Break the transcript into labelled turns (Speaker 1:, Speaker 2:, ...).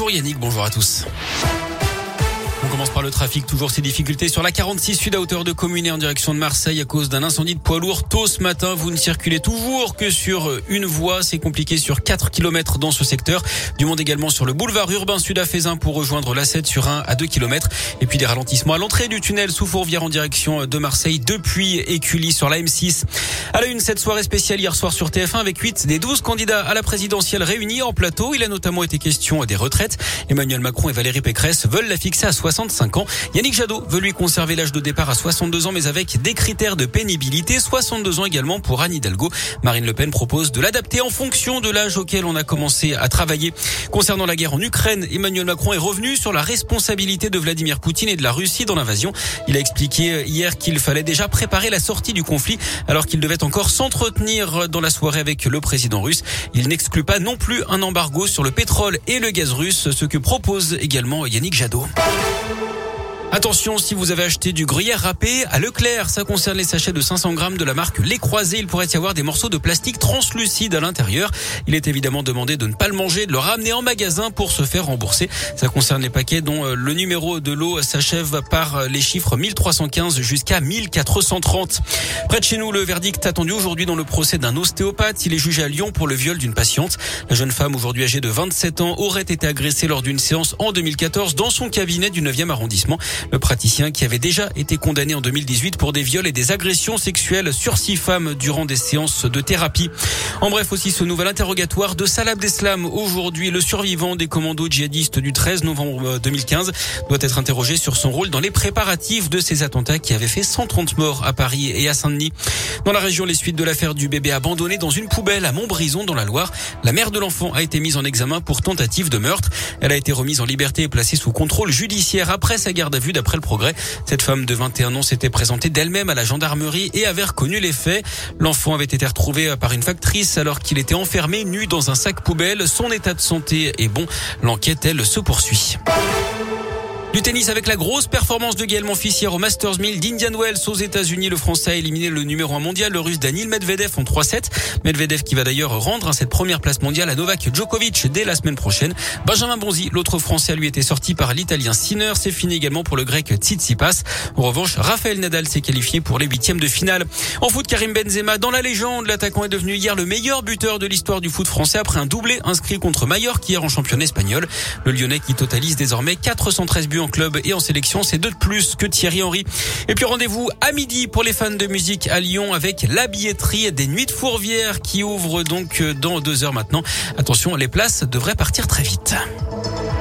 Speaker 1: Bonjour Yannick, bonjour à tous. On commence par le trafic, toujours ces difficultés sur la 46 sud à hauteur de Communé en direction de Marseille à cause d'un incendie de poids lourd tôt ce matin. Vous ne circulez toujours que sur une voie, c'est compliqué sur 4 km dans ce secteur. Du monde également sur le boulevard urbain sud à Feyzin pour rejoindre l'A7 sur 1 à 2 km. Et puis des ralentissements à l'entrée du tunnel sous Fourvière en direction de Marseille depuis Écully sur la M6. À la une, cette soirée spéciale hier soir sur TF1 avec 8 des 12 candidats à la présidentielle réunis en plateau. Il a notamment été question des retraites. Emmanuel Macron et Valérie Pécresse veulent la fixer à 65 ans. Yannick Jadot veut lui conserver l'âge de départ à 62 ans, mais avec des critères de pénibilité. 62 ans également pour Anne Hidalgo. Marine Le Pen propose de l'adapter en fonction de l'âge auquel on a commencé à travailler. Concernant la guerre en Ukraine, Emmanuel Macron est revenu sur la responsabilité de Vladimir Poutine et de la Russie dans l'invasion. Il a expliqué hier qu'il fallait déjà préparer la sortie du conflit alors qu'il devait encore s'entretenir dans la soirée avec le président russe. Il n'exclut pas non plus un embargo sur le pétrole et le gaz russe, ce que propose également Yannick Jadot. Attention, si vous avez acheté du gruyère râpé à Leclerc, ça concerne les sachets de 500 grammes de la marque Les Croisés. Il pourrait y avoir des morceaux de plastique translucide à l'intérieur. Il est évidemment demandé de ne pas le manger, de le ramener en magasin pour se faire rembourser. Ça concerne les paquets dont le numéro de lot s'achève par les chiffres 1315 jusqu'à 1430. Près de chez nous, le verdict attendu aujourd'hui dans le procès d'un ostéopathe. Il est jugé à Lyon pour le viol d'une patiente. La jeune femme, aujourd'hui âgée de 27 ans, aurait été agressée lors d'une séance en 2014 dans son cabinet du 9e arrondissement. Le praticien qui avait déjà été condamné en 2018 pour des viols et des agressions sexuelles sur 6 femmes durant des séances de thérapie. En bref, aussi ce nouvel interrogatoire de Salah Abdeslam. Aujourd'hui, le survivant des commandos djihadistes du 13 novembre 2015 doit être interrogé sur son rôle dans les préparatifs de ces attentats qui avaient fait 130 morts à Paris et à Saint-Denis. Dans la région, les suites de l'affaire du bébé abandonné dans une poubelle à Montbrison dans la Loire. La mère de l'enfant a été mise en examen pour tentative de meurtre. Elle a été remise en liberté et placée sous contrôle judiciaire après sa garde à vue d'après le Progrès. Cette femme de 21 ans s'était présentée d'elle-même à la gendarmerie et avait reconnu les faits. L'enfant avait été retrouvé par une factrice alors qu'il était enfermé nu dans un sac poubelle. Son état de santé est bon. L'enquête, elle, se poursuit. Du tennis avec la grosse performance de Gaël Monfils hier au Masters 1000 d'Indian Wells aux États-Unis. Le Français a éliminé le numéro 1 mondial, le Russe Daniil Medvedev en 3-7. Medvedev qui va d'ailleurs rendre cette première place mondiale à Novak Djokovic dès la semaine prochaine. Benjamin Bonzi, l'autre Français, lui était sorti par l'Italien Sinner. C'est fini également pour le Grec Tsitsipas. En revanche, Rafael Nadal s'est qualifié pour les 8e de finale. En foot, Karim Benzema dans la légende. L'attaquant est devenu hier le meilleur buteur de l'histoire du foot français après un doublé inscrit contre Mallorca hier en championnat espagnol. Le Lyonnais qui totalise désormais 413 buts en club et en sélection, c'est 2 de plus que Thierry Henry. Et puis rendez-vous à midi pour les fans de musique à Lyon avec la billetterie des Nuits de Fourvière qui ouvre donc dans 2 heures maintenant. Attention, les places devraient partir très vite.